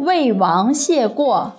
魏王谢过。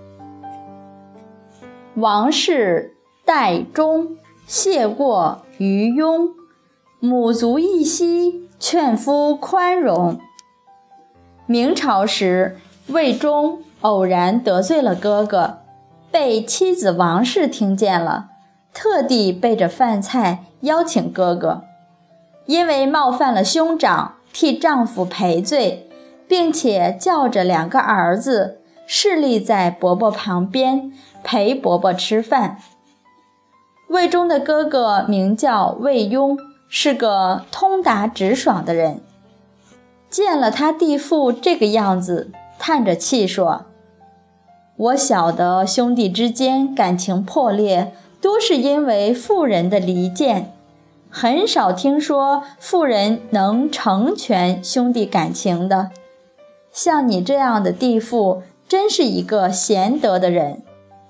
王氏代忠，谢过于庸。母足一息，劝夫宽容。明朝时，魏忠偶然得罪了哥哥，被妻子王氏听见了，特地备着饭菜邀请哥哥。因为冒犯了兄长，替丈夫赔罪，并且叫着2个儿子侍立在伯伯旁边，陪伯伯吃饭。魏忠的哥哥名叫魏邕，是个通达直爽的人。见了他弟父这个样子，叹着气说：我晓得兄弟之间感情破裂，多是因为妇人的离间，很少听说妇人能成全兄弟感情的。像你这样的弟父，真是一个贤德的人。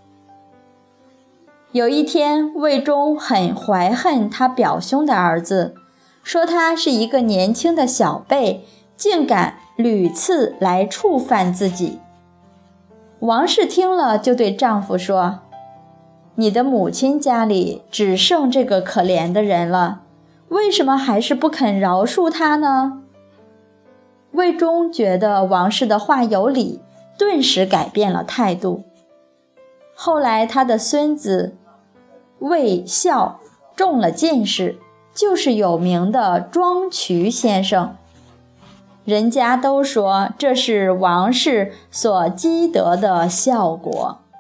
有一天，魏忠很怀恨他表兄的儿子，说他是一个年轻的小辈，竟敢屡次来触犯自己。王氏听了，就对丈夫说：你的母亲家里只剩这个可怜的人了，为什么还是不肯饶恕他呢？魏忠觉得王氏的话有理，顿时改变了态度。后来他的孙子魏孝中了进士，就是有名的庄渠先生。人家都说这是王氏所积德的效果。